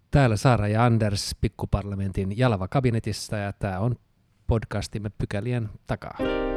Täällä Saara ja Anders Pikkuparlamentin Jalava-kabinetissa ja tämä on podcastimme Pykälien takaa.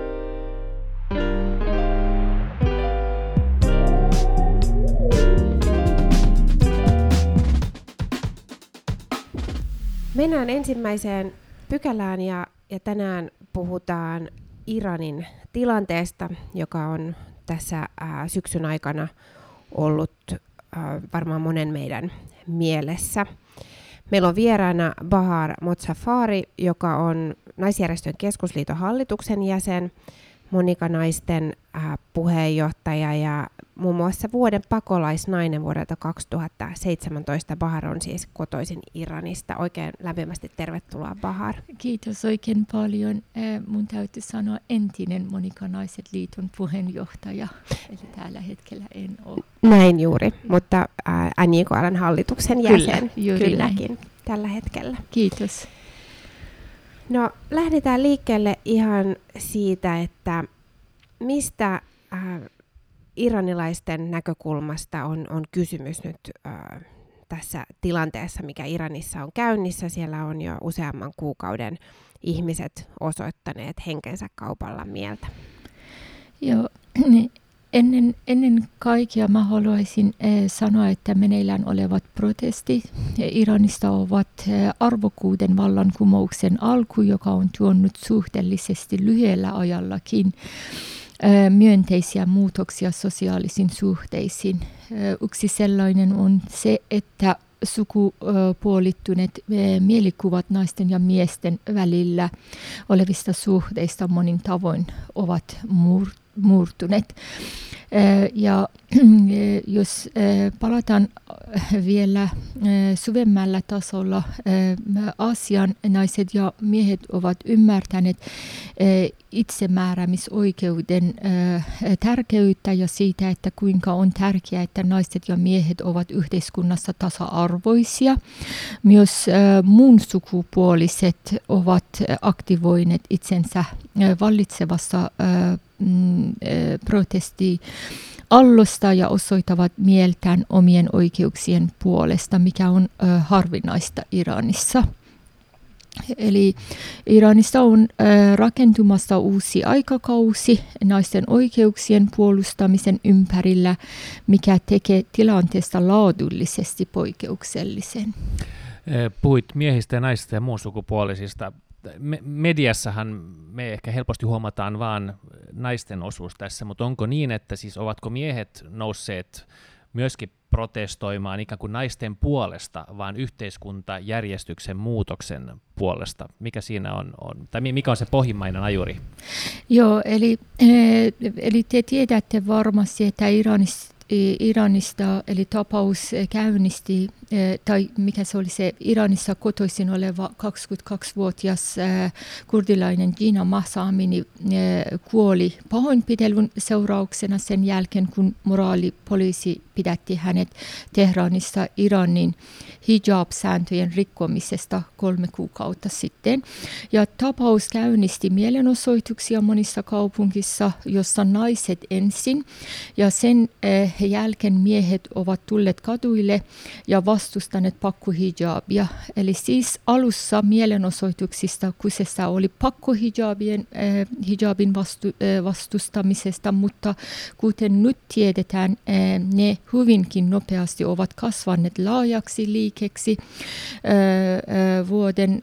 Mennään ensimmäiseen pykälään ja tänään puhutaan Iranin tilanteesta, joka on tässä syksyn aikana ollut varmaan monen meidän mielessä. Meillä on vieraana Bahar Mozafari, joka on Naisjärjestön keskusliiton hallituksen jäsen, Monika-naisten puheenjohtaja ja muun muassa vuoden pakolaisnainen vuodelta 2017. Bahar on siis kotoisin Iranista. Oikein lämpimästi tervetuloa, Bahar. Kiitos oikein paljon. Mun täytyy sanoa entinen Monika-naiset liiton puheenjohtaja, eli tällä hetkellä en ole. Näin juuri, mutta NJKL:n hallituksen jäsen kylläkin näin. Tällä hetkellä. Kiitos. No lähdetään liikkeelle ihan siitä, että mistä iranilaisten näkökulmasta on kysymys nyt tässä tilanteessa, mikä Iranissa on käynnissä. Siellä on jo useamman kuukauden ihmiset osoittaneet henkensä kaupalla mieltä. Joo, ennen kaikkea mä haluaisin sanoa, että meneillään olevat protestit Iranista ovat arvokkuuden vallankumouksen alku, joka on tuonut suhteellisesti lyhyellä ajallakin myönteisiä muutoksia sosiaalisiin suhteisiin. Yksi sellainen on se, että sukupuolittuneet mielikuvat naisten ja miesten välillä olevista suhteista monin tavoin ovat murtuneet. Ja jos palataan vielä syvemmällä tasolla, Aasian naiset ja miehet ovat ymmärtäneet itsemääräämisoikeuden tärkeyttä ja siitä, että kuinka on tärkeää, että naiset ja miehet ovat yhteiskunnassa tasa-arvoisia. Myös muun sukupuoliset ovat aktivoineet itsensä vallitsevassa protestiallosta ja osoittavat mieltään omien oikeuksien puolesta, mikä on harvinaista Iranissa. Eli Iranissa on rakentumassa uusi aikakausi naisten oikeuksien puolustamisen ympärillä, mikä tekee tilanteesta laadullisesti poikkeuksellisen. Puhuit miehistä ja naisista ja muun sukupuolisista. Mediassahan me ehkä helposti huomataan vaan naisten osuus tässä, mutta onko niin, että siis ovatko miehet nousseet myöskin protestoimaan ikään kuin naisten puolesta, vaan yhteiskuntajärjestyksen muutoksen puolesta? Mikä siinä on tai mikä on se pohjimmainen ajuri? Joo, eli te tiedätte varmasti, että Iranista, eli tapaus käynnisti, tai mikä se oli se Iranissa kotoisin oleva 22-vuotias kurdilainen Jina Mahsa Amini kuoli pahoinpitelyn seurauksena sen jälkeen, kun moraalipoliisi pidätti hänet Tehranissa Iranin hijab-sääntöjen rikkomisesta 3 kuukautta sitten. Ja tapaus käynnisti mielenosoituksia monissa kaupungissa, jossa naiset ensin ja sen jälkeen miehet ovat tulleet kaduille ja vastustaneet pakkohijabia. Eli siis alussa mielenosoituksista kyseessä oli pakkohijabin vastustamisesta, mutta kuten nyt tiedetään, ne hyvinkin nopeasti ovat kasvaneet laajaksi liikeksi vuoden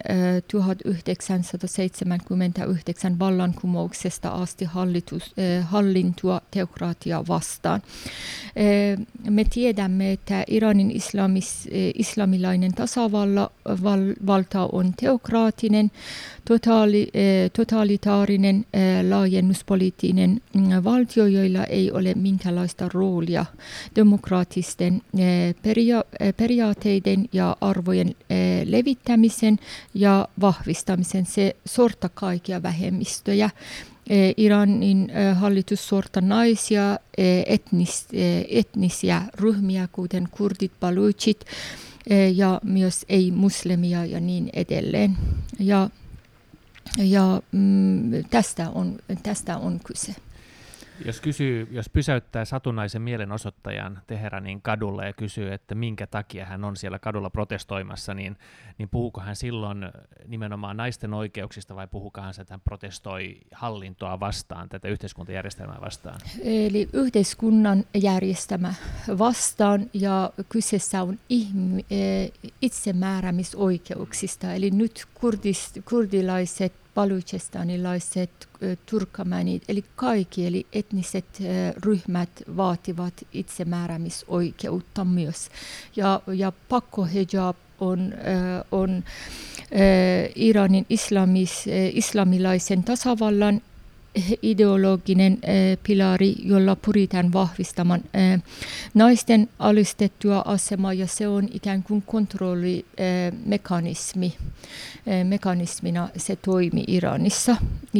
1979 vallankumouksesta asti hallintua teokraatiaa vastaan. Me tiedämme, että Iranin islamilainen tasavalta on teokraattinen, totalitaarinen, laajennuspoliittinen valtio, joilla ei ole minkäänlaista roolia demokraattisten periaatteiden ja arvojen levittämisen ja vahvistamisen. Se sortaa kaikkia vähemmistöjä. Iranin hallitus sortaa naisia, etnisiä ryhmiä, kuten kurdit, baluchit ja myös ei-muslimia ja niin edelleen. Ja tästä on kyse. Jos pysäyttää satunnaisen mielenosoittajan Teheranin kadulla ja kysyy, että minkä takia hän on siellä kadulla protestoimassa, niin puhuuko hän silloin nimenomaan naisten oikeuksista vai puhuuko hän, että hän protestoi hallintoa vastaan, tätä yhteiskuntajärjestelmää vastaan? Eli yhteiskunnan järjestämä vastaan, ja kyseessä on itsemääräämisoikeuksista. Eli nyt kurdilaiset, baluchistanilaiset, turkmanit, eli kaikki, eli etniset ryhmät vaativat itsemääräämisoikeutta myös. Ja pakkohijab on Iranin islamilaisen tasavallan ideologinen pilari, jolla pyritään vahvistamaan naisten alistettua asemaa, ja se on ikään kuin kontrollimekanismina se toimi Iranissa.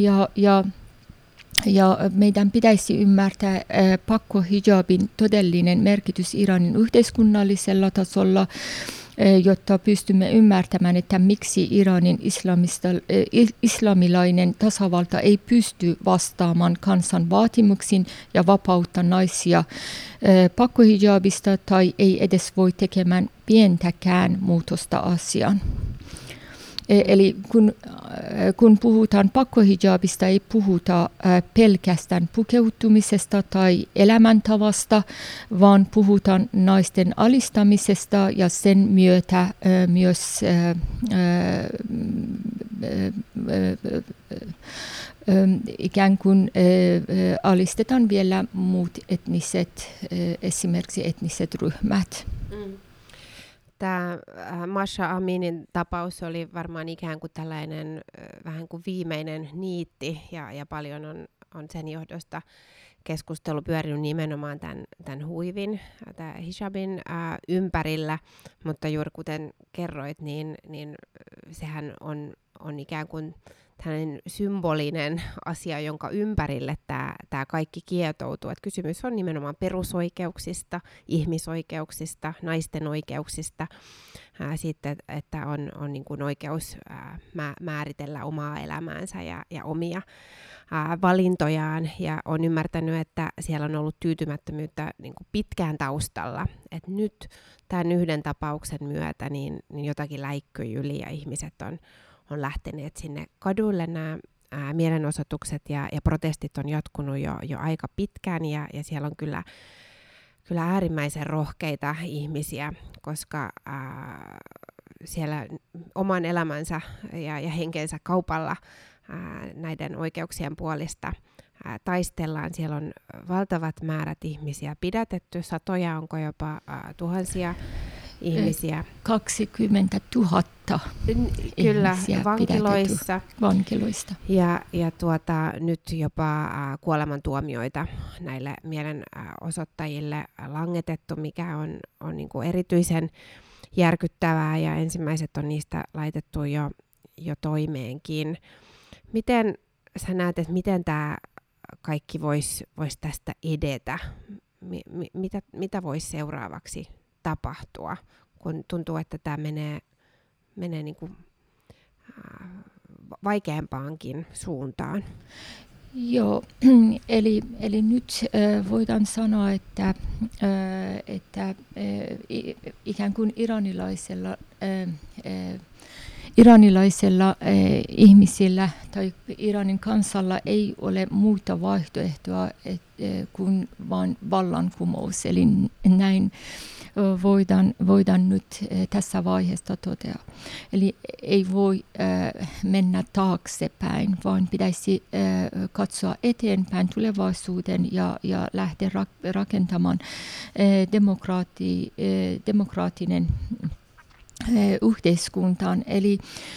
Ja meidän pitäisi ymmärtää pakkohijabin todellinen merkitys Iranin yhteiskunnallisella tasolla, jotta pystymme ymmärtämään, että miksi Iranin islamilainen tasavalta ei pysty vastaamaan kansan vaatimuksiin ja vapauttaa naisia pakkohijabista tai ei edes voi tekemään pientäkään muutosta asiaan. Eli kun puhutaan pakkohijabista, ei puhuta pelkästään pukeutumisesta tai elämäntavasta, vaan puhutaan naisten alistamisesta ja sen myötä myös ikään kuin alistetaan vielä muut esimerkiksi etniset ryhmät. Tämä Mahsa Aminin tapaus oli varmaan ikään kuin tällainen vähän kuin viimeinen niitti, ja paljon on sen johdosta keskustelu pyörinyt nimenomaan tämän huivin, tämän hijabin ympärillä, mutta juuri kuten kerroit, niin sehän on ikään kuin tällainen symbolinen asia, jonka ympärille tämä kaikki kietoutuu. Et kysymys on nimenomaan perusoikeuksista, ihmisoikeuksista, naisten oikeuksista, sitten, että on niin kuin oikeus määritellä omaa elämäänsä ja omia valintojaan, ja on ymmärtänyt, että siellä on ollut tyytymättömyyttä niin kuin pitkään taustalla. Et nyt tämän yhden tapauksen myötä niin jotakin läikkyi yli, ja ihmiset on lähteneet sinne kaduille. Nämä mielenosoitukset ja protestit on jatkunut jo aika pitkään, ja siellä on kyllä äärimmäisen rohkeita ihmisiä, koska siellä oman elämänsä ja henkensä kaupalla näiden oikeuksien puolesta taistellaan. Siellä on valtavat määrät ihmisiä pidätetty, satoja, onko jopa tuhansia ihmisiä. 20 000 Kyllä, vankiloista. Ja nyt jopa kuolemantuomioita näille mielenosoittajille langetettu, mikä on niin kuin erityisen järkyttävää, ja ensimmäiset on niistä laitettu jo toimeenkin. Miten sä näet, että miten tämä kaikki voisi tästä edetä? Mitä voisi seuraavaksi tapahtua, kun tuntuu, että tämä menee niin kuin vaikeampaankin suuntaan? Joo, eli nyt voidaan sanoa, että ikään kuin iranilaisella ihmisillä tai Iranin kansalla ei ole muuta vaihtoehtoa kuin vain vallankumous. Eli näin voidaan nyt tässä vaiheessa totea. Eli ei voi mennä taaksepäin, vaan pitäisi katsoa eteenpäin tulevaisuuteen ja lähteä rakentamaan demokraattinen yhteiskuntaan. Eli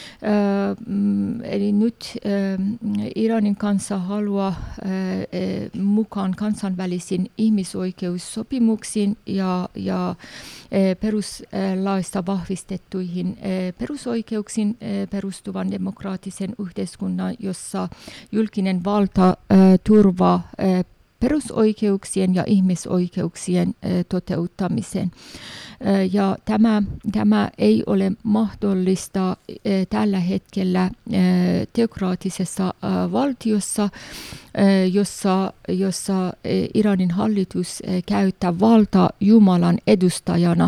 nyt Iranin kanssa haluaa mukaan kansainvälisiin ihmisoikeussopimuksiin ja peruslaista vahvistettuihin perusoikeuksiin perustuvan demokraattisen yhteiskunnan, jossa julkinen valta turvaa perusoikeuksien ja ihmisoikeuksien toteuttamisen. Ja tämä ei ole mahdollista tällä hetkellä teokraattisessa valtiossa, jossa Iranin hallitus käyttää valtaa Jumalan edustajana,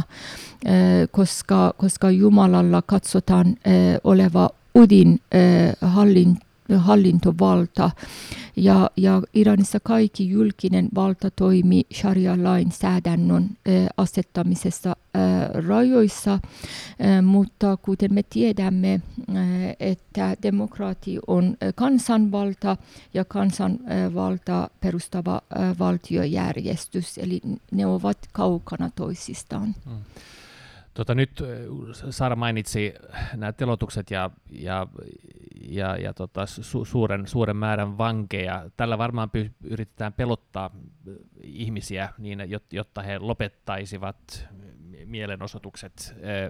koska Jumalalla katsotaan oleva hallintovalta. Ja Iranissa kaikki julkinen valta toimii sharia-lainsäädännön asettamisessa rajoissa, mutta kuten me tiedämme, että demokratia on kansanvalta ja kansanvalta perustava valtiojärjestys, eli ne ovat kaukana toisistaan. Nyt Saara mainitsi nämä teloitukset ja suuren määrän vankeja. Tällä varmaan yritetään pelottaa ihmisiä niin, jotta he lopettaisivat mielenosoitukset.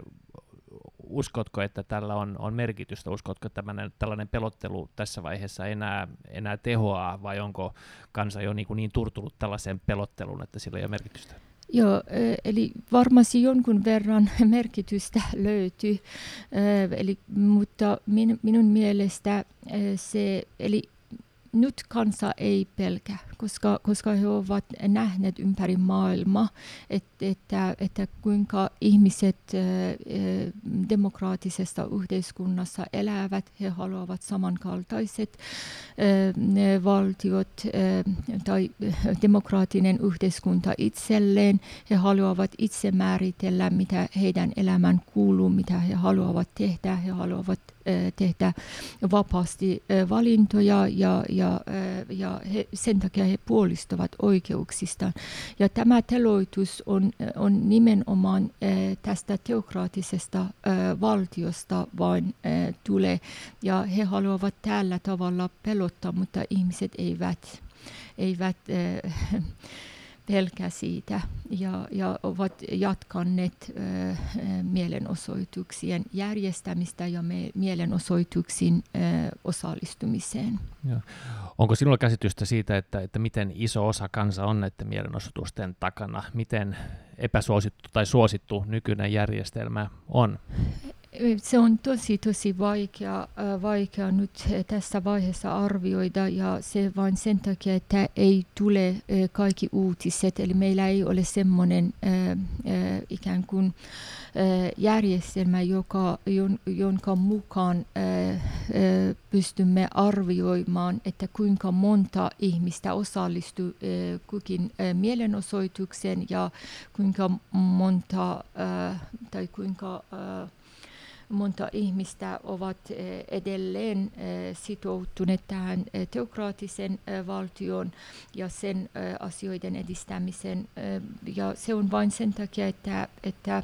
Uskotko, että tällä on merkitystä? Uskotko, että tällainen pelottelu tässä vaiheessa enää tehoaa, vai onko kansa jo niin turtunut tällaiseen pelotteluun, että sillä ei ole merkitystä? Joo, eli varmasti jonkun verran merkitystä löytyy, mutta minun mielestä eli nyt kansa ei pelkää, koska he ovat nähneet ympäri maailmaa, että kuinka ihmiset demokraattisessa yhteiskunnassa elävät. He haluavat samankaltaiset valtiot tai demokraattinen yhteiskunta itselleen. He haluavat itse määritellä, mitä heidän elämään kuuluu, mitä he haluavat tehdä. He haluavat tehdä vapaasti valintoja ja sen takia he puolustavat oikeuksistaan. Ja tämä teloitus on nimenomaan tästä teokraattisesta valtiosta vain tulee. Ja he haluavat tällä tavalla pelottaa, mutta ihmiset eivät pelkää siitä ja ovat jatkaneet mielenosoituksien järjestämistä ja mielenosoituksiin osallistumiseen. Ja. Onko sinulla käsitystä siitä, että miten iso osa kansa on näiden mielenosoitusten takana? Miten epäsuosittu tai suosittu nykyinen järjestelmä on? Se on tosi vaikea nyt tässä vaiheessa arvioida, ja se vain sen takia, että ei tule kaikki uutiset. Eli meillä ei ole semmoinen ikään kuin järjestelmä, jonka mukaan pystymme arvioimaan, että kuinka monta ihmistä osallistuu kukin mielenosoitukseen ja kuinka monta ihmistä ovat edelleen sitoutuneet tähän teokraattisen valtioon ja sen asioiden edistämiseen. Ja se on vain sen takia, että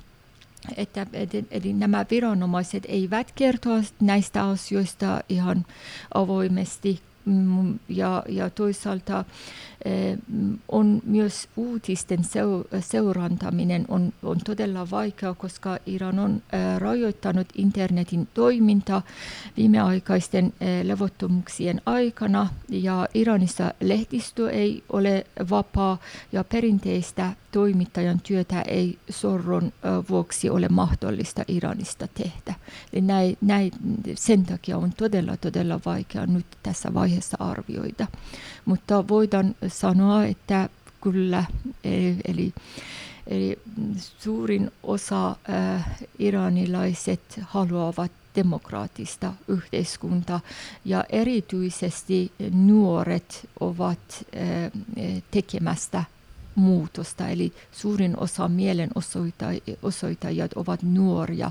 eli nämä viranomaiset eivät kertoa näistä asioista ihan avoimesti. Ja toisaalta on myös uutisten seurantaminen on todella vaikeaa, koska Iran on rajoittanut internetin toimintaa viimeaikaisten levottomuuksien aikana, ja Iranissa lehdistö ei ole vapaa ja perinteistä toimittajan työtä ei sorron vuoksi ole mahdollista Iranista tehdä. Eli sen takia on todella vaikea nyt tässä vaiheessa arvioida. Mutta voidaan sanoa, että kyllä, eli suurin osa iranilaiset haluavat demokraattista yhteiskuntaa, ja erityisesti nuoret ovat tekemästä muutosta, eli suurin osa mielenosoittajat ovat nuoria,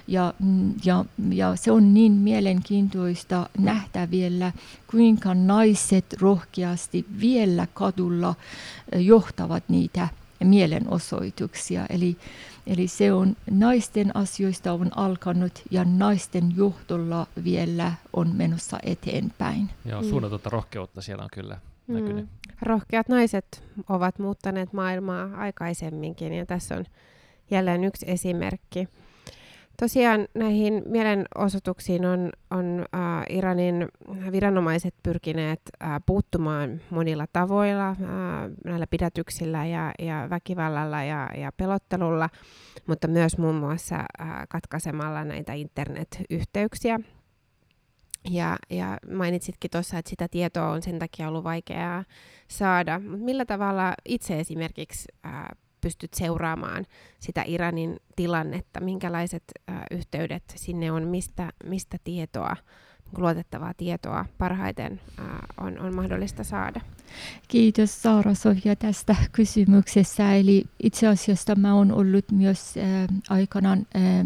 ja se on niin mielenkiintoista nähdä vielä, kuinka naiset rohkeasti vielä kadulla johtavat niitä mielenosoituksia, eli se on naisten asioista on alkanut ja naisten johdolla vielä on menossa eteenpäin. Joo, suunnatonta rohkeutta siellä on kyllä näkynyt. Rohkeat naiset ovat muuttaneet maailmaa aikaisemminkin, ja tässä on jälleen yksi esimerkki. Tosiaan näihin mielenosoituksiin on Iranin viranomaiset pyrkineet puuttumaan monilla tavoilla, näillä pidätyksillä ja väkivallalla ja pelottelulla, mutta myös muun muassa katkaisemalla näitä internetyhteyksiä. Ja mainitsitkin tuossa, että sitä tietoa on sen takia ollut vaikeaa saada. Mut millä tavalla itse esimerkiksi pystyt seuraamaan sitä Iranin tilannetta? Minkälaiset yhteydet sinne on? Mistä tietoa, luotettavaa tietoa parhaiten on mahdollista saada? Kiitos Saara-Sofia tästä kysymyksestä. Eli itse asiassa mä oon ollut myös aikanaan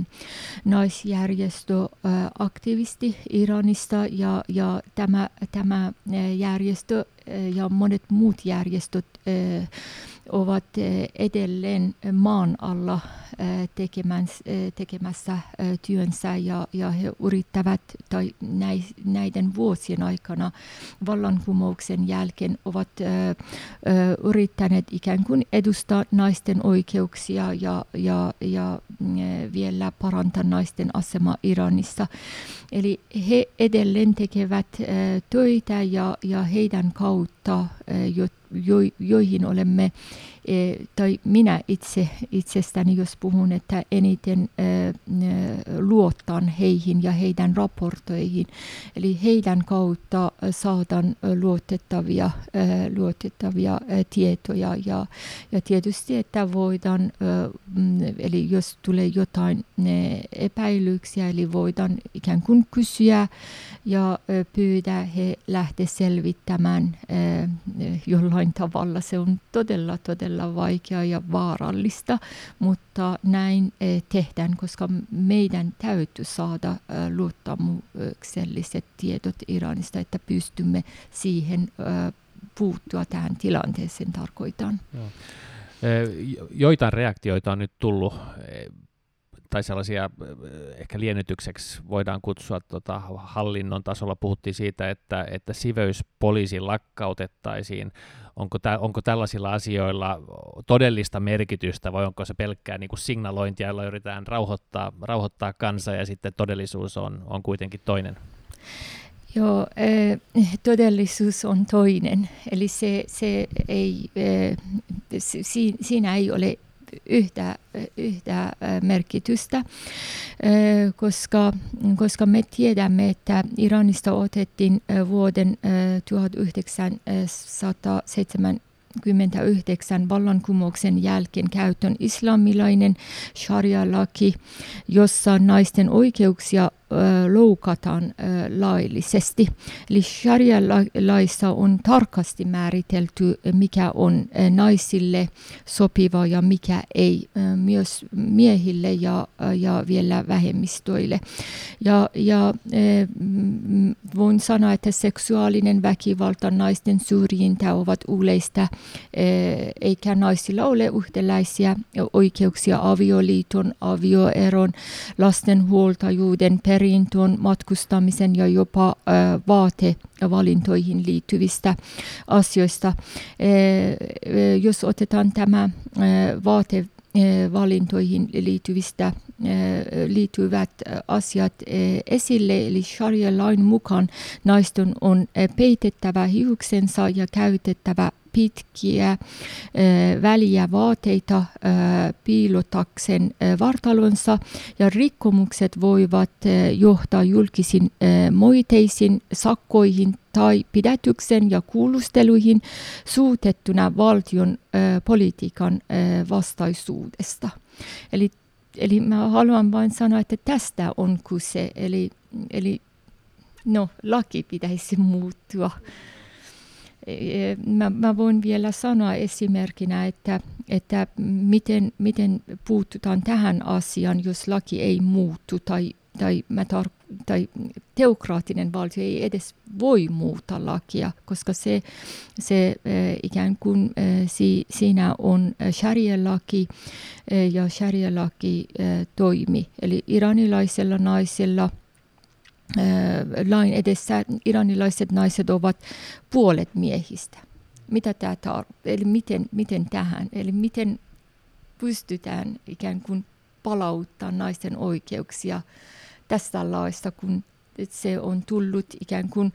naisjärjestöaktivisti Iranista ja tämä järjestö ja monet muut järjestöt ovat edelleen maan alla tekemässä työnsä ja he yrittävät tai näiden vuosien aikana vallankumouksen jälkeen ovat yrittäneet ikään kuin edustaa naisten oikeuksia ja vielä parantaa naisten asemaa Iranissa. Eli he edelleen tekevät töitä ja heidän kautta, joihin olemme, tai minä itsestäni, jos puhun, että eniten luotan heihin ja heidän raportoihin. Eli heidän kautta saadaan luotettavia tietoja ja tietysti, että voidaan, eli jos tulee jotain epäilyksiä, eli voidaan ikään kuin kysyä ja pyydä he lähteä selvittämään jollain tavalla. Se on todella vaikeaa ja vaarallista, mutta näin tehdään, koska meidän täytyy saada luottamukselliset tiedot Iranista, että pystymme siihen puuttua tähän tilanteeseen tarkoitan. Joo. Joitain reaktioita on nyt tullut, tai sellaisia ehkä liennytykseksi voidaan kutsua hallinnon tasolla. Puhuttiin siitä, että siveyspoliisi lakkautettaisiin. Onko tällaisilla asioilla todellista merkitystä vai onko se pelkkää niin kuin signalointia, jolla yritetään rauhoittaa kansaa ja sitten todellisuus on kuitenkin toinen? Joo, todellisuus on toinen. Eli siinä ei ole yhtä merkitystä, koska me tiedämme, että Iranista otettiin vuoden 1979 vallankumouksen jälkeen käyttöön islamilainen sharia-laki, jossa naisten oikeuksia loukataan laillisesti. Eli sharia-laissa on tarkasti määritelty, mikä on naisille sopiva ja mikä ei, myös miehille ja vielä vähemmistöille. Ja voin sanoa, että seksuaalinen väkivalta, naisten syrjintä ovat yleistä, eikä naisilla ole yhtäläisiä oikeuksia avioliiton, avioeron, lastenhuoltajuuden, perintöön, matkustamisen ja jopa vaatevalintoihin liittyvistä asioista. Jos otetaan tämä vaatevalintoihin liittyvät asiat esille, eli sharia-lain mukaan naisten on peitettävä hiuksensa ja käytettävä pitkiä väliä vaateita piilotakseen vartalonsa, ja rikkomukset voivat johtaa julkisiin moitteisiin, sakkoihin tai pidätyksen ja kuulusteluihin suutettuna valtion politiikan vastaisuudesta. Eli mä haluan vain sanoa, että tästä on kyse, eli laki pitäisi muuttua. Mä voin vielä sanoa esimerkkinä, että miten puututaan tähän asiaan, jos laki ei muuttu tai teokraattinen valtio ei edes voi muuttaa lakia, koska se ikään kuin siinä on sharia-laki ja sharia-laki toimi. Eli iranilaisella naisella lain edessä iranilaiset naiset ovat puolet miehistä. Mitä tämä eli miten tähän, eli miten pystytään ikään kuin palauttaa naisten oikeuksia tästä laista, kun se on tullut ikään kuin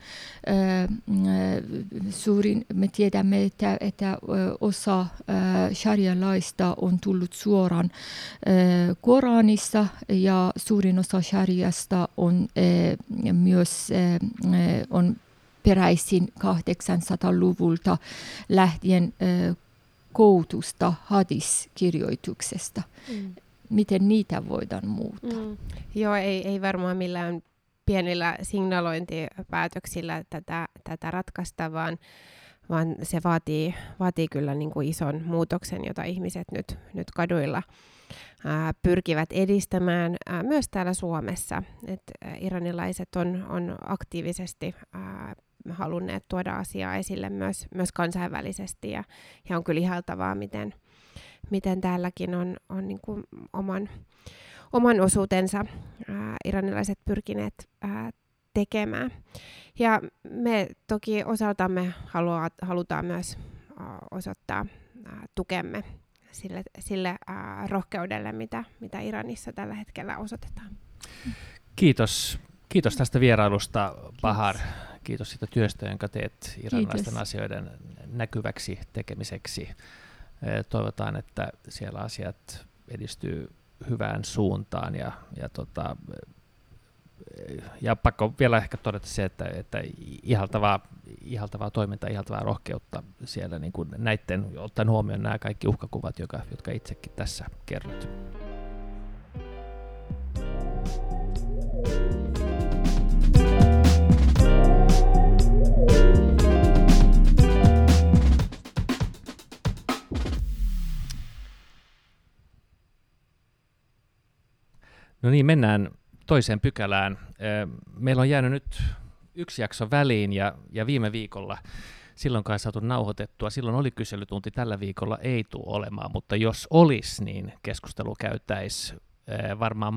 suurin, me tiedämme, että osa sharia-laista on tullut suoraan Koranista ja suurin osa shariasta on myös on peräisin 800-luvulta lähtien koutusta hadiskirjoituksesta. Miten niitä voidaan muuttaa? Joo, ei varmaan millään pienillä signalointipäätöksillä tätä ratkaista, vaan se vaatii kyllä niin kuin ison muutoksen, jota ihmiset nyt kaduilla pyrkivät edistämään myös täällä Suomessa. Iranilaiset on aktiivisesti halunneet tuoda asiaa esille myös kansainvälisesti, ja on kyllä ihaltavaa, miten täälläkin on niin kuin oman osuutensa iranilaiset pyrkineet tekemään. Ja me toki osaltamme halutaan myös osoittaa tukemme sille rohkeudelle, mitä Iranissa tällä hetkellä osoitetaan. Kiitos tästä vierailusta, Bahar. Kiitos siitä työstä, jonka teet iranilaisten asioiden näkyväksi tekemiseksi. Toivotaan, että siellä asiat edistyy hyvään suuntaan ja pakko vielä ehkä todeta se, että ihaltavaa toimintaa, ihaltavaa rohkeutta siellä niin kuin näiden, ottaen huomioon nämä kaikki uhkakuvat, jotka itsekin tässä kerrot. No niin, mennään toiseen pykälään. Meillä on jäänyt nyt yksi jakso väliin ja viime viikolla, silloin kai saatu nauhoitettua, silloin oli kyselytunti, tällä viikolla ei tule olemaan, mutta jos olisi, niin keskustelu käytäisi varmaan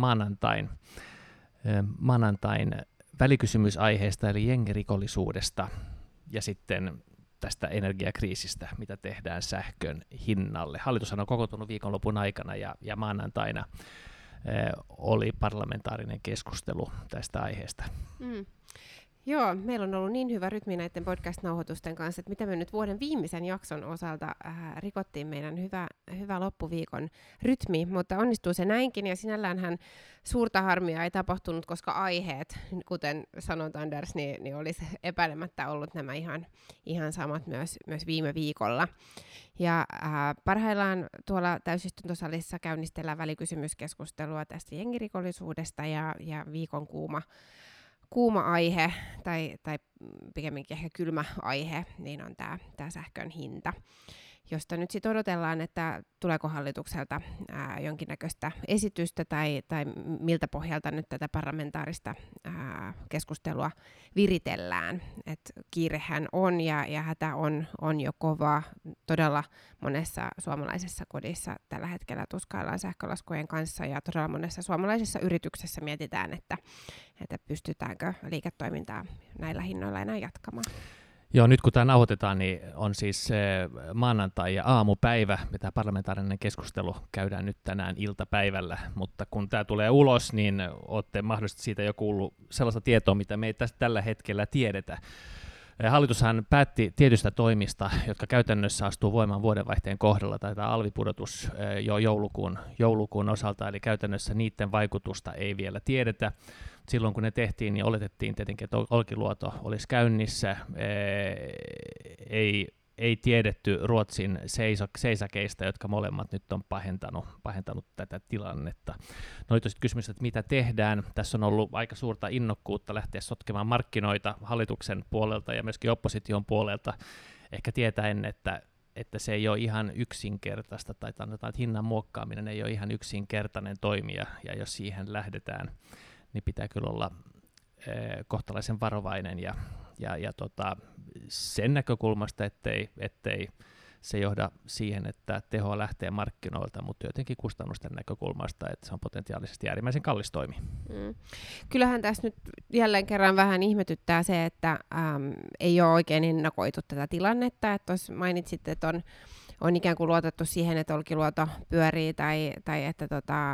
maanantain välikysymysaiheesta eli jengirikollisuudesta ja sitten tästä energiakriisistä, mitä tehdään sähkön hinnalle. Hallitushan on kokoontunut viikonlopun aikana ja maanantaina oli parlamentaarinen keskustelu tästä aiheesta. Joo, meillä on ollut niin hyvä rytmi näiden podcast-nauhoitusten kanssa, että mitä me nyt vuoden viimeisen jakson osalta rikottiin meidän hyvä loppuviikon rytmi, mutta onnistuu se näinkin, ja sinälläänhän suurta harmia ei tapahtunut, koska aiheet, kuten sanot Anders, niin olisi epäilemättä ollut nämä ihan samat myös viime viikolla. Ja parhaillaan tuolla täysistuntosalissa käynnistellään välikysymyskeskustelua tästä jengirikollisuudesta ja viikon kuuma aihe, tai pikemminkin ehkä kylmä aihe, niin on tämä sähkön hinta, josta nyt sitten odotellaan, että tuleeko hallitukselta jonkinnäköistä esitystä tai miltä pohjalta nyt tätä parlamentaarista keskustelua viritellään. Et kiirehän on ja hätä on jo kova. Todella monessa suomalaisessa kodissa tällä hetkellä tuskaillaan sähkölaskujen kanssa, ja todella monessa suomalaisessa yrityksessä mietitään, että pystytäänkö liiketoimintaa näillä hinnoilla enää jatkamaan. Joo, nyt kun tämä nauhoitetaan, niin on siis maanantai ja aamupäivä, mitä parlamentaarinen keskustelu käydään nyt tänään iltapäivällä, mutta kun tämä tulee ulos, niin olette mahdollisesti siitä jo kuullut sellaista tietoa, mitä me ei tällä hetkellä tiedetä. Hallitushan päätti tietystä toimista, jotka käytännössä astuu voimaan vuodenvaihteen kohdalla, tai tämä alvipudotus jo joulukuun osalta, eli käytännössä niiden vaikutusta ei vielä tiedetä. Silloin kun ne tehtiin, niin oletettiin tietenkin, että Olkiluoto olisi käynnissä. Ei tiedetty Ruotsin seisakeista, jotka molemmat nyt on pahentanut tätä tilannetta. No nyt on sitten kysymys, että mitä tehdään. Tässä on ollut aika suurta innokkuutta lähteä sotkemaan markkinoita hallituksen puolelta ja myöskin opposition puolelta, ehkä tietäen, että se ei ole ihan yksinkertaista, tai sanotaan, että hinnan muokkaaminen ei ole ihan yksinkertainen toimija, ja jos siihen lähdetään, niin pitää kyllä olla kohtalaisen varovainen ja sen näkökulmasta, ettei se johda siihen, että tehoa lähtee markkinoilta, mutta jotenkin kustannusten näkökulmasta, että se on potentiaalisesti äärimmäisen kallis toimi. Kyllähän tässä nyt jälleen kerran vähän ihmetyttää se, että ei ole oikein ennakoitu tätä tilannetta, että tuossa mainitsit, että on ikään kuin luotettu siihen, että Olkiluoto pyörii tai että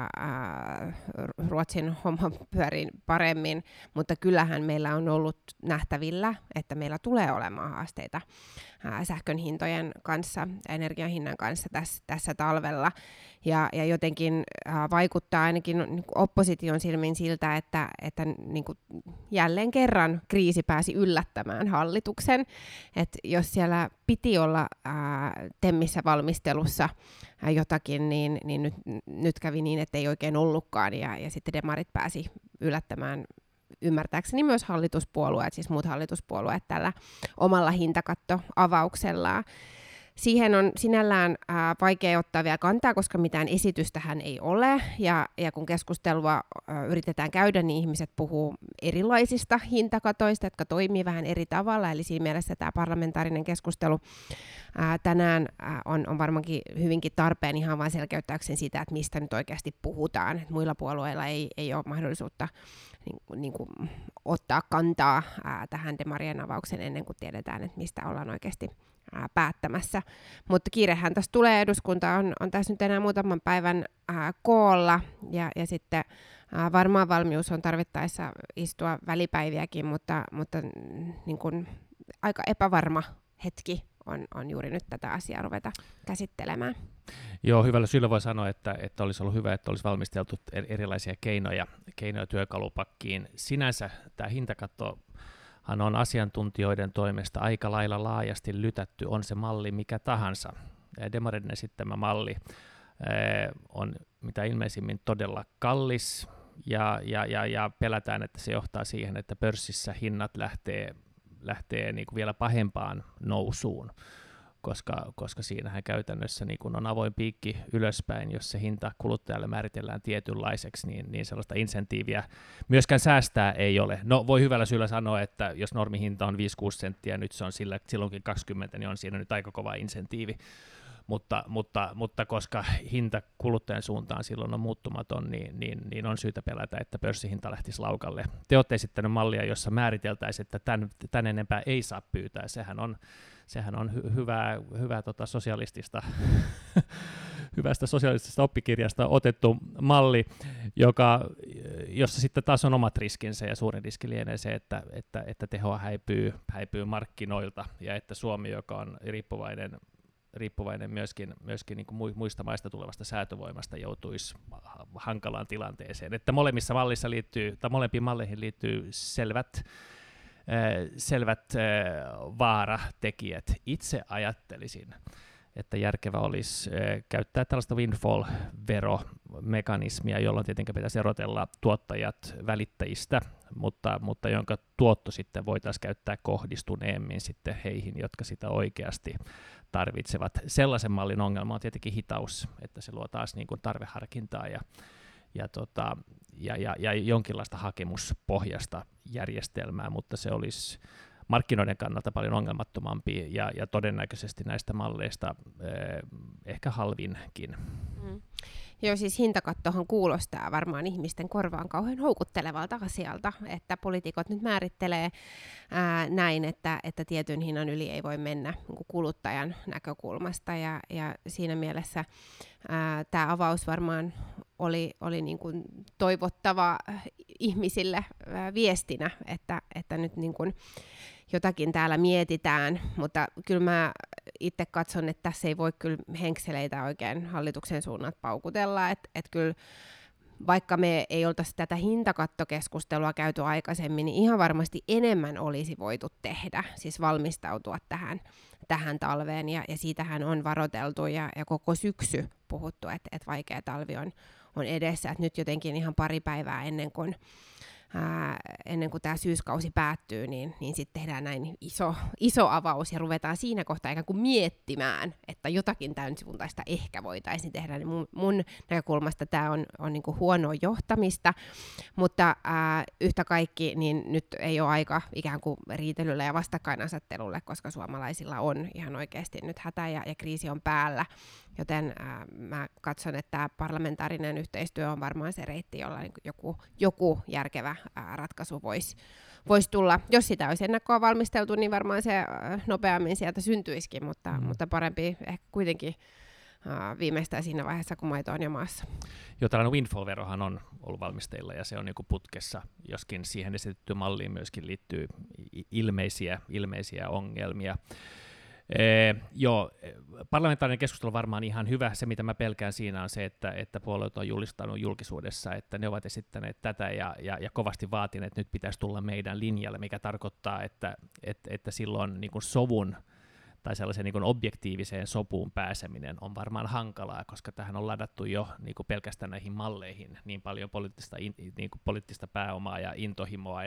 Ruotsin homma pyörii paremmin, mutta kyllähän meillä on ollut nähtävillä, että meillä tulee olemaan haasteita sähkön hintojen kanssa, energian hinnan kanssa tässä talvella. Ja jotenkin vaikuttaa ainakin niin kuin opposition silmin siltä, että niin kuin jälleen kerran kriisi pääsi yllättämään hallituksen. Et jos siellä piti olla TEMissä valmistelussa jotakin, niin nyt kävi niin, että ei oikein ollutkaan. Ja sitten demarit pääsi yllättämään ymmärtääkseni myös hallituspuolueet, siis muut hallituspuolueet tällä omalla hintakattoavauksellaan. Siihen on sinällään vaikea ottaa vielä kantaa, koska mitään esitystähän ei ole, ja kun keskustelua yritetään käydä, niin ihmiset puhuu erilaisista hintakatoista, jotka toimii vähän eri tavalla, eli siinä mielessä tämä parlamentaarinen keskustelu tänään on varmaankin hyvinkin tarpeen ihan vain selkeyttääkseen sitä, että mistä nyt oikeasti puhutaan. Et muilla puolueilla ei ole mahdollisuutta niin kuin ottaa kantaa tähän demarien avaukseen ennen kuin tiedetään, että mistä ollaan oikeasti päättämässä. Mutta kiirehän tässä tulee, eduskunta on tässä nyt enää muutaman päivän koolla, ja sitten varmaan valmius on tarvittaessa istua välipäiviäkin, mutta niin kun aika epävarma hetki on juuri nyt tätä asiaa ruveta käsittelemään. Joo, hyvällä syyllä voi sanoa, että olisi ollut hyvä, että olisi valmisteltu erilaisia keinoja työkalupakkiin. Sinänsä tämä hintakattohan on asiantuntijoiden toimesta aika lailla laajasti lytätty, on se malli mikä tahansa. Demareiden esittämä malli on mitä ilmeisimmin todella kallis, ja pelätään, että se johtaa siihen, että pörssissä hinnat lähtee niin kuin vielä pahempaan nousuun, koska siinähän käytännössä niin kun on avoin piikki ylöspäin, jos se hinta kuluttajalle määritellään tietynlaiseksi, niin sellaista insentiiviä myöskään säästää ei ole. No voi hyvällä syyllä sanoa, että jos normihinta on 5-6 senttiä, nyt se on silloinkin 20, niin on siinä nyt aika kova insentiivi. Mutta koska hinta kuluttajan suuntaan silloin on muuttumaton, niin on syytä pelätä, että pörssihinta lähtisi laukalle. Te olette esittänyt mallia, jossa määriteltäisiin, että tän enempää ei saa pyytää. Sehän on hyvää sosialistista, hyvästä sosialistisesta oppikirjasta otettu malli, jossa sitten taas on omat riskinsä, ja suurin riski lienee se, että tehoa häipyy markkinoilta, ja että Suomi, joka on riippuvainen myöskin niin kuin muista maista tulevasta säätövoimasta, joutuisi hankalaan tilanteeseen. Että molempiin malleihin liittyy selvät vaaratekijät. Itse ajattelisin, että järkevä olisi käyttää tällaista windfall-veromekanismia, jolloin tietenkin pitäisi erotella tuottajat välittäjistä, mutta jonka tuotto sitten voitaisiin käyttää kohdistuneemmin sitten heihin, jotka sitä oikeasti tarvitsevat. Sellaisen mallin ongelma on tietenkin hitaus, että se luo taas niin kuin tarveharkintaa ja jonkinlaista hakemuspohjasta järjestelmää, mutta se olisi markkinoiden kannalta paljon ongelmattomampi ja todennäköisesti näistä malleista ehkä halvinkin. Joo, siis hintakattohan kuulostaa varmaan ihmisten korvaan kauhean houkuttelevalta asialta, että poliitikot nyt määrittelee näin, että tietyn hinnan yli ei voi mennä niin kuluttajan näkökulmasta, ja siinä mielessä tämä avaus varmaan oli niin kuin toivottava ihmisille viestinä, että nyt niin kuin jotakin täällä mietitään, mutta kyllä mä itse katson, että tässä ei voi kyllä henkseleitä oikein hallituksen suunnat paukutella, että kyllä vaikka me ei oltaisi tätä hintakattokeskustelua käyty aikaisemmin, niin ihan varmasti enemmän olisi voitu tehdä, siis valmistautua tähän talveen, ja siitähän on varoiteltu ja koko syksy puhuttu, että vaikea talvi on edessä, että nyt jotenkin ihan pari päivää ennen kuin tämä syyskausi päättyy, niin sitten tehdään näin iso avaus ja ruvetaan siinä kohtaa ikään kuin miettimään, että jotakin tämän suuntaista ehkä voitaisiin tehdä. Niin mun näkökulmasta tämä on niin kuin huonoa johtamista, mutta yhtä kaikki niin nyt ei ole aika ikään kuin riitelylle ja vastakkainasettelulle, koska suomalaisilla on ihan oikeasti nyt hätä ja kriisi on päällä, Joten mä katson, että tämä parlamentaarinen yhteistyö on varmaan se reitti, jolla niin joku järkevä ratkaisu voisi tulla. Jos sitä olisi ennakkoa valmisteltu, niin varmaan se nopeammin sieltä syntyisikin, mutta parempi ehkä kuitenkin viimeistään siinä vaiheessa, kun maito on jo maassa. Joo, tällainen windfall-verohan on ollut valmisteilla ja se on niin kuin putkessa, joskin siihen esitetty malliin myöskin liittyy ilmeisiä ongelmia. Parlamentaarinen keskustelu on varmaan ihan hyvä. Se, mitä mä pelkään siinä on se, että puolueet on julistanut julkisuudessa, että ne ovat esittäneet tätä ja kovasti vaatineet, että nyt pitäisi tulla meidän linjalle, mikä tarkoittaa, että silloin niin kuin sovun tai sellaisen niin kuin objektiiviseen sopuun pääseminen on varmaan hankalaa, koska tähän on ladattu jo niin kuin pelkästään näihin malleihin niin paljon poliittista pääomaa ja intohimoa,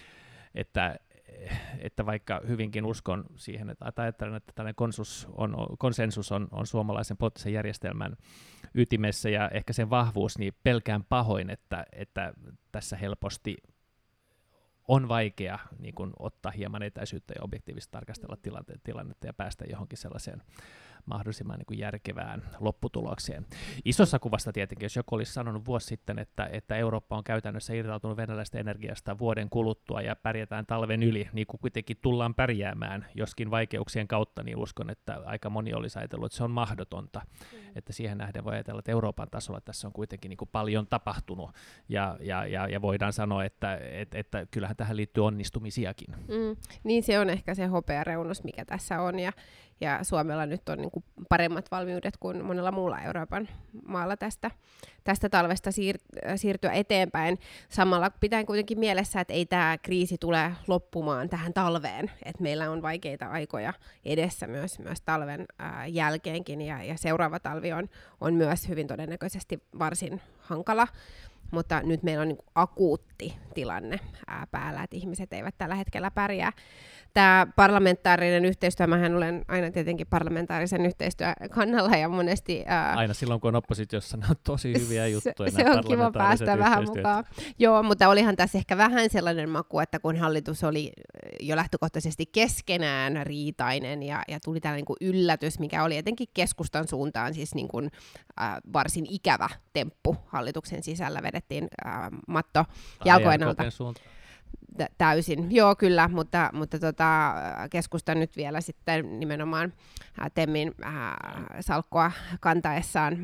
että vaikka hyvinkin uskon siihen, että ajattelen, että tällainen konsensus on suomalaisen poliittisen järjestelmän ytimessä ja ehkä sen vahvuus, niin pelkään pahoin, että tässä helposti on vaikea niin kuin ottaa hieman etäisyyttä ja objektiivisesti tarkastella tilannetta ja päästä johonkin sellaiseen mahdollisimman niin kuin järkevään lopputulokseen. Isossa kuvassa tietenkin, jos joku olisi sanonut vuosi sitten, että Eurooppa on käytännössä irtautunut venäläisestä energiasta vuoden kuluttua ja pärjätään talven yli, niin kuin kuitenkin tullaan pärjäämään, joskin vaikeuksien kautta, niin uskon, että aika moni olisi ajatellut, että se on mahdotonta. Että siihen nähden voi ajatella, että Euroopan tasolla tässä on kuitenkin niin kuin paljon tapahtunut ja voidaan sanoa, että kyllähän tähän liittyy onnistumisiakin. Niin se on ehkä se hopeareunus, mikä tässä on, ja Suomella nyt on niin kuin paremmat valmiudet kuin monella muulla Euroopan maalla tästä talvesta siirtyä eteenpäin. Samalla pitää kuitenkin mielessä, että ei tämä kriisi tule loppumaan tähän talveen, että meillä on vaikeita aikoja edessä myös talven jälkeenkin, ja seuraava talvi on myös hyvin todennäköisesti varsin hankala. Mutta nyt meillä on niin kuin akuutti tilanne päällä, että ihmiset eivät tällä hetkellä pärjää. Tämä parlamentaarinen yhteistyö, mähän olen aina tietenkin parlamentaarisen yhteistyön kannalla ja monesti... Aina silloin, kun on oppositiossa, ne on tosi hyviä juttuja. Se on kiva päästä vähän mukaan. Joo, mutta olihan tässä ehkä vähän sellainen maku, että kun hallitus oli jo lähtökohtaisesti keskenään riitainen ja tuli tällainen niin kuin yllätys, mikä oli etenkin keskustan suuntaan siis niin kuin, varsin ikävä temppu hallituksen sisällä, vedettiin matto jalkojen alta. Täysin, joo kyllä, mutta keskusta nyt vielä sitten nimenomaan Temmin salkkua kantaessaan,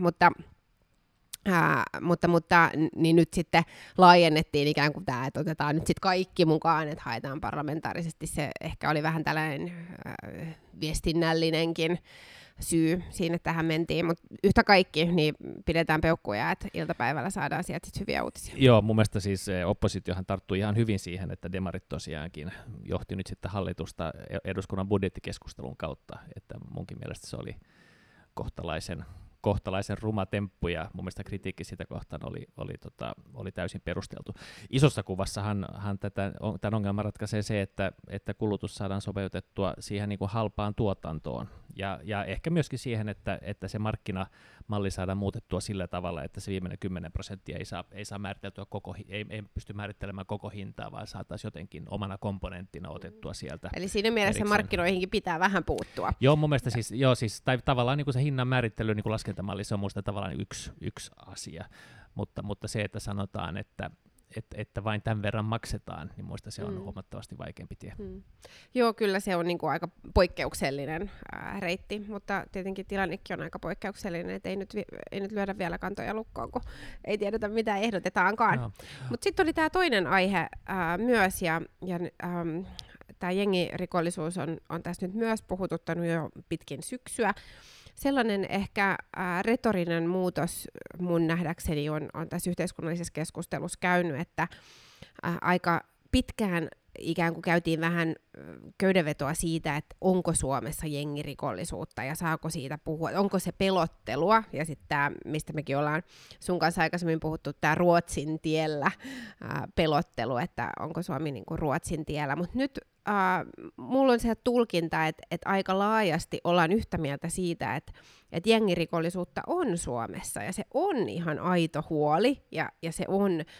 mutta niin nyt sitten laajennettiin ikään kuin tämä, että otetaan nyt sitten kaikki mukaan, että haetaan parlamentaarisesti. Se ehkä oli vähän tällainen viestinnällinenkin syy siinä, että tähän mentiin, mutta yhtä kaikki, niin pidetään peukkuja, että iltapäivällä saadaan sieltä sit hyviä uutisia. Joo, mun mielestä siis oppositiohan tarttui ihan hyvin siihen, että demarit tosiaankin johti nyt sitten hallitusta eduskunnan budjettikeskustelun kautta, että munkin mielestä se oli kohtalaisen ruma temppu, ja mun mielestä kritiikki sitä kohtaan oli täysin perusteltu. Isossa kuvassahan tämän ongelman ratkaisee se, että kulutus saadaan sopeutettua siihen niin kuin halpaan tuotantoon, ja ehkä myöskin siihen, että se markkinamalli saadaan muutettua sillä tavalla, että se viimeinen 10% ei saa määriteltyä ei pysty määrittelemään koko hintaa, vaan saataisiin jotenkin omana komponenttina otettua sieltä. Eli siinä mielessä erikseen markkinoihinkin pitää vähän puuttua. Joo, mun mielestä tai tavallaan niin kuin se hinnan määrittely, niin kuin laskentamalli, se on minusta tavallaan yksi asia, mutta se, että sanotaan, että vain tämän verran maksetaan, niin minusta se on huomattavasti vaikeampi tie. Joo, kyllä se on niin kuin aika poikkeuksellinen reitti, mutta tietenkin tilannekin on aika poikkeuksellinen, että ei nyt lyödä vielä kantoja lukkoon, kun ei tiedetä mitä ehdotetaankaan. No. Mutta sitten oli tämä toinen aihe myös, ja tämä jengirikollisuus on tässä nyt myös puhututtanut jo pitkin syksyä. Sellainen ehkä retorinen muutos mun nähdäkseni on tässä yhteiskunnallisessa keskustelussa käynyt, että aika pitkään ikään kuin käytiin vähän köydenvetoa siitä, että onko Suomessa jengirikollisuutta ja saako siitä puhua, onko se pelottelua, ja sitten tämä, mistä mekin ollaan sun kanssa aikaisemmin puhuttu, tämä Ruotsin tiellä pelottelu, että onko Suomi niin kuin Ruotsin tiellä, mutta nyt mulla on se tulkinta, että aika laajasti ollaan yhtä mieltä siitä, että jengirikollisuutta on Suomessa, ja se on ihan aito huoli, ja se on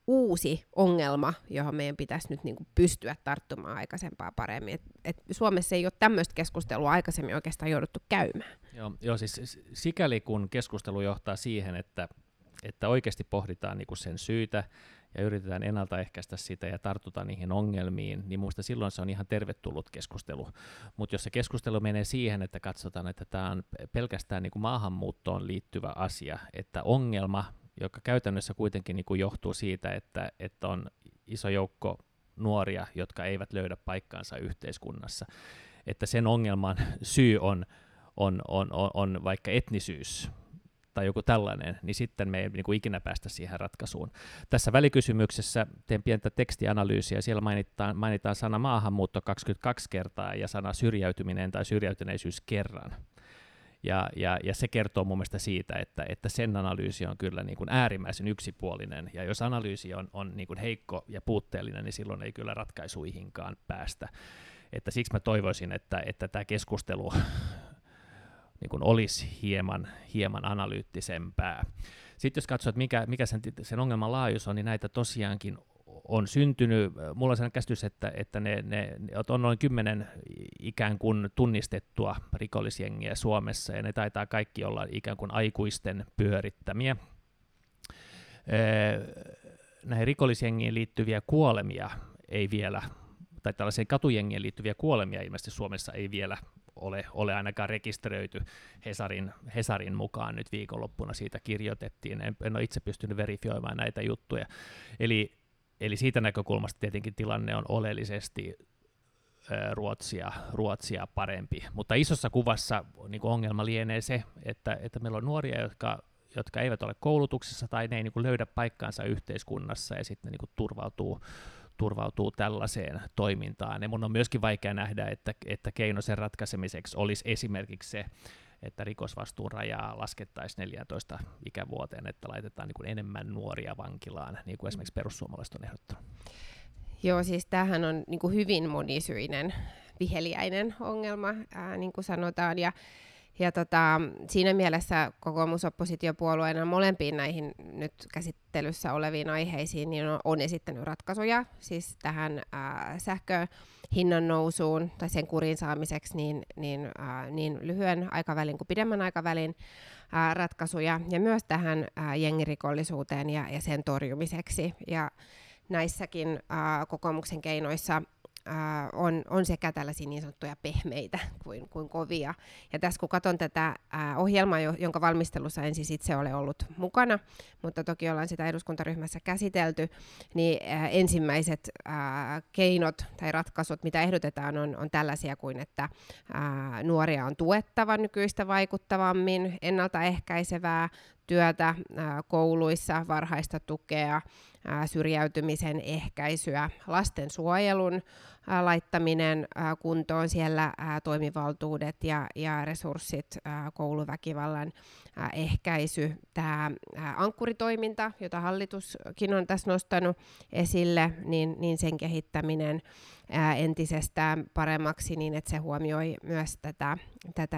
uusi ongelma, johon meidän pitäisi nyt niin kuin pystyä tarttumaan aikaisempaa paremmin. Et Suomessa ei ole tämmöistä keskustelua aikaisemmin oikeastaan jouduttu käymään. Joo, siis sikäli kun keskustelu johtaa siihen, että oikeasti pohditaan niin kuin sen syytä ja yritetään ennaltaehkäistä sitä ja tartutaan niihin ongelmiin, niin minusta silloin se on ihan tervetullut keskustelu. Mutta jos se keskustelu menee siihen, että katsotaan, että tämä on pelkästään niin kuin maahanmuuttoon liittyvä asia, että ongelma, joka käytännössä kuitenkin niin kuin johtuu siitä, että on iso joukko nuoria, jotka eivät löydä paikkaansa yhteiskunnassa, että sen ongelman syy on vaikka etnisyys, tai joku tällainen, niin sitten me ei niin kuin ikinä päästä siihen ratkaisuun. Tässä välikysymyksessä teen pientä tekstianalyysiä, siellä mainitaan sana maahanmuutto 22 kertaa ja sana syrjäytyminen tai syrjäytyneisyys kerran. Ja se kertoo mun mielestä siitä, että sen analyysi on kyllä niin kuin äärimmäisen yksipuolinen, ja jos analyysi on niin kuin heikko ja puutteellinen, niin silloin ei kyllä ratkaisuihinkaan päästä. Että siksi mä toivoisin, että tämä keskustelu niin kuin olisi hieman analyyttisempää. Sitten jos katsoo, että mikä sen ongelman laajuus on, niin näitä tosiaankin on syntynyt. Mulla on sellainen käsitys, että ne on noin 10 ikään kuin tunnistettua rikollisjengiä Suomessa, ja ne taitaa kaikki olla ikään kuin aikuisten pyörittämiä. Näihin rikollisjengiin liittyviä kuolemia ei vielä, tai tällaiseen katujengien liittyviä kuolemia ilmeisesti Suomessa ei vielä ole ainakaan rekisteröity. Hesarin mukaan nyt viikonloppuna siitä kirjoitettiin. En ole itse pystynyt verifioimaan näitä juttuja. Eli siitä näkökulmasta tietenkin tilanne on oleellisesti Ruotsia parempi. Mutta isossa kuvassa niin kuin ongelma lienee se, että meillä on nuoria, jotka eivät ole koulutuksessa tai ne ei niin kuin löydä paikkaansa yhteiskunnassa, ja sitten ne niin kuin turvautuu tällaiseen toimintaan. Ja mun on myöskin vaikea nähdä, että keino sen ratkaisemiseksi olisi esimerkiksi se, että rikosvastuun rajaa laskettaisiin 14 ikävuoteen, että laitetaan niin kuin enemmän nuoria vankilaan, niin kuin esimerkiksi perussuomalaiset on ehdottanut. Joo, siis tämähän on niin kuin hyvin monisyinen, viheliäinen ongelma, niin kuin sanotaan, ja siinä mielessä kokoomusoppositiopuolueena molempiin näihin nyt käsittelyssä oleviin aiheisiin niin on esittänyt ratkaisuja, siis tähän sähkön hinnan nousuun tai sen kuriin saamiseksi niin lyhyen aikavälin kuin pidemmän aikavälin ratkaisuja, ja myös tähän jengirikollisuuteen ja sen torjumiseksi. Ja näissäkin kokoomuksen keinoissa on sekä tällaisia niin sanottuja pehmeitä kuin kovia. Ja tässä kun katson tätä ohjelmaa, jonka valmistelussa en siis itse ole ollut mukana, mutta toki ollaan sitä eduskuntaryhmässä käsitelty, niin ensimmäiset keinot tai ratkaisut, mitä ehdotetaan, on tällaisia kuin, että nuoria on tuettava nykyistä vaikuttavammin, ennaltaehkäisevää työtä kouluissa, varhaista tukea, syrjäytymisen ehkäisyä, lastensuojelun laittaminen kuntoon siellä, toimivaltuudet ja resurssit, kouluväkivallan ehkäisy, tämä ankkuritoiminta, jota hallituskin on tässä nostanut esille, niin sen kehittäminen entisestään paremmaksi niin, että se huomioi myös tätä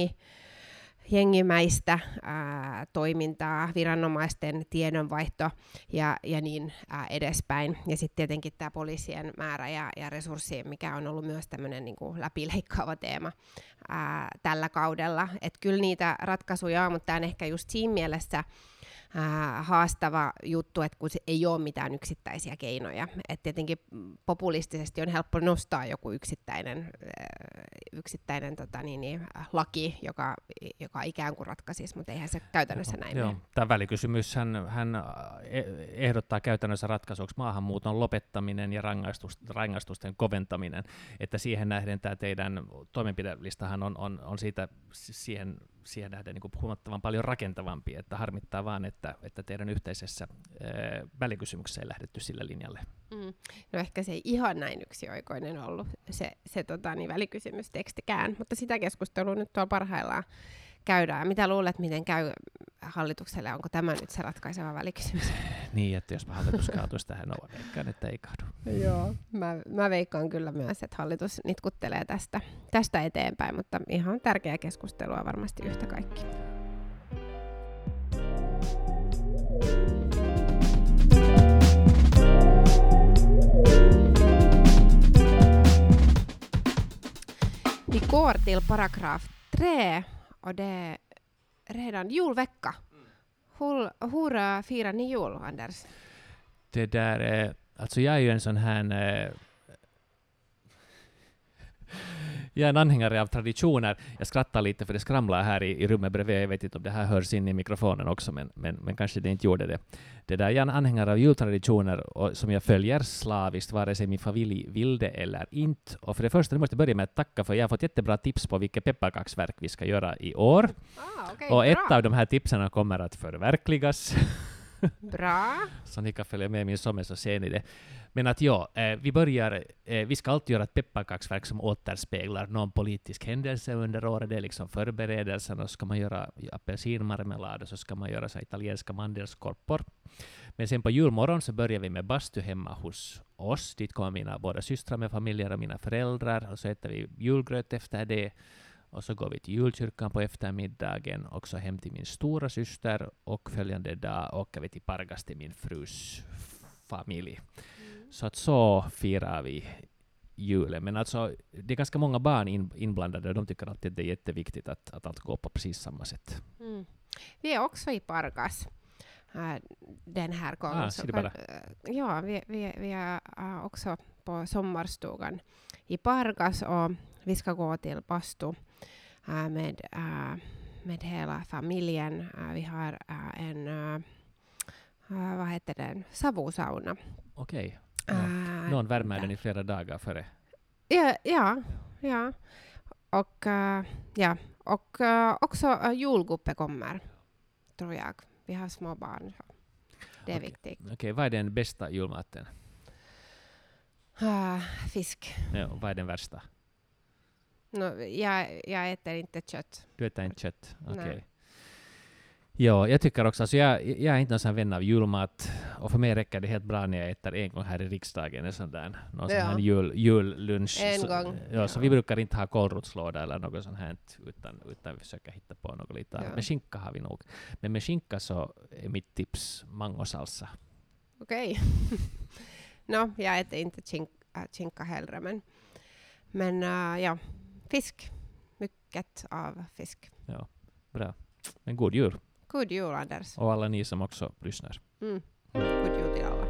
jengimäistä toimintaa, viranomaisten tiedonvaihto ja niin edespäin. Ja sitten tietenkin tämä poliisien määrä ja resurssi, mikä on ollut myös tämmöinen niin kuin läpileikkaava teema tällä kaudella. Että kyllä niitä ratkaisuja on, mutta tämä on ehkä just siinä mielessä haastava juttu, että kun ei ole mitään yksittäisiä keinoja. Et tietenkin populistisesti on helppo nostaa joku yksittäinen laki, joka ikään kuin ratkaisisi, mutta eihän se käytännössä näin mene. Tämä välikysymys hän ehdottaa käytännössä ratkaisuksi maahanmuuton lopettaminen ja rangaistusten koventaminen, että siihen nähden tämä teidän toimenpidelistahan on siitä siihen nähden niin kuin huomattavan paljon rakentavampi, että harmittaa vaan, että teidän yhteisessä välikysymyksessä ei lähdetty sillä linjalle. No ehkä se ei ihan näin yksioikoinen ollut se välikysymystekstikään, mutta sitä keskustelua nyt tuolla parhaillaan käydään. Mitä luulet, miten käy hallitukselle? Onko tämä nyt se ratkaiseva välikysymys? Niin, että jos hallitus kaatuisi tähän, veikkaan, että ei kaadu. Joo, mä veikkaan kyllä myös, että hallitus nitkuttelee tästä eteenpäin, mutta ihan tärkeä keskustelua varmasti yhtä kaikki. går till paragraf 3 och det är redan julvecka. Hur firar ni jul, Anders? Det där, alltså jag är ju en sån här... Jag är en anhängare av traditioner. Jag skrattar lite för det skramlar här i rummet bredvid. Jag vet inte om det här hörs in i mikrofonen också, men kanske det inte gjorde det. Jag är en anhängare av jultraditioner och som jag följer slaviskt, vare sig min familj vill det eller inte. Och för det första måste jag börja med att tacka för jag har fått jättebra tips på vilket pepparkaksverk vi ska göra i år. Och ett av de här tipsen kommer att förverkligas. Bra. Så ni kan följa med min sommar så ser ni det. Men att vi ska alltid göra ett pepparkaksverk som återspeglar någon politisk händelse under året. Det är liksom förberedelsen, och så ska man göra apelsinmarmelad och så ska man göra så italienska mandelskorpor. Men sen på julmorgon så börjar vi med bastu hemma hos oss. Dit kommer mina båda systrar med familjer och mina föräldrar, och så äter vi julgröt efter det. Och så går vi till julkyrkan på eftermiddagen, och så hem till min stora syster, och följande dag åker vi till Pargas till min frus familj. Så att så firar vi julen. Men alltså, det är ganska många barn inblandade, och de tycker alltid att det är jätteviktigt att allt går på precis samma sätt. Vi är också i Pargas den här gången. Ja, vi är också på sommarstugan i Pargas, och vi ska gå till bastu med hela familjen. Vi har en savusauna. Okej. Någon värmer den i flera dagar före. Ja. Och också julguppe kommer, tror jag. Vi har små barn. Det är viktigt. Okej, vad är den bästa julmaten? Fisk. Ja, och vad är den värsta? Jag äter inte kött. Du äter inte kött? Okej. Ja, jag tycker också, alltså jag är inte någon sån vän av julmat, och för mig räcker det helt bra när jag äter en gång här i riksdagen, en sån där jullunch. Så vi brukar inte ha kålrotslåda eller något sånt här, utan vi försöker hitta på något lite. Ja. Med skinka har vi nog. Men med skinka så är mitt tips mangosalsa. Okej. Jag äter inte skinka heller, men ja, fisk. Mycket av fisk. Ja, bra. Men god jul. God jul, Anders. Och alla ni som också lyssnar. God jul till alla.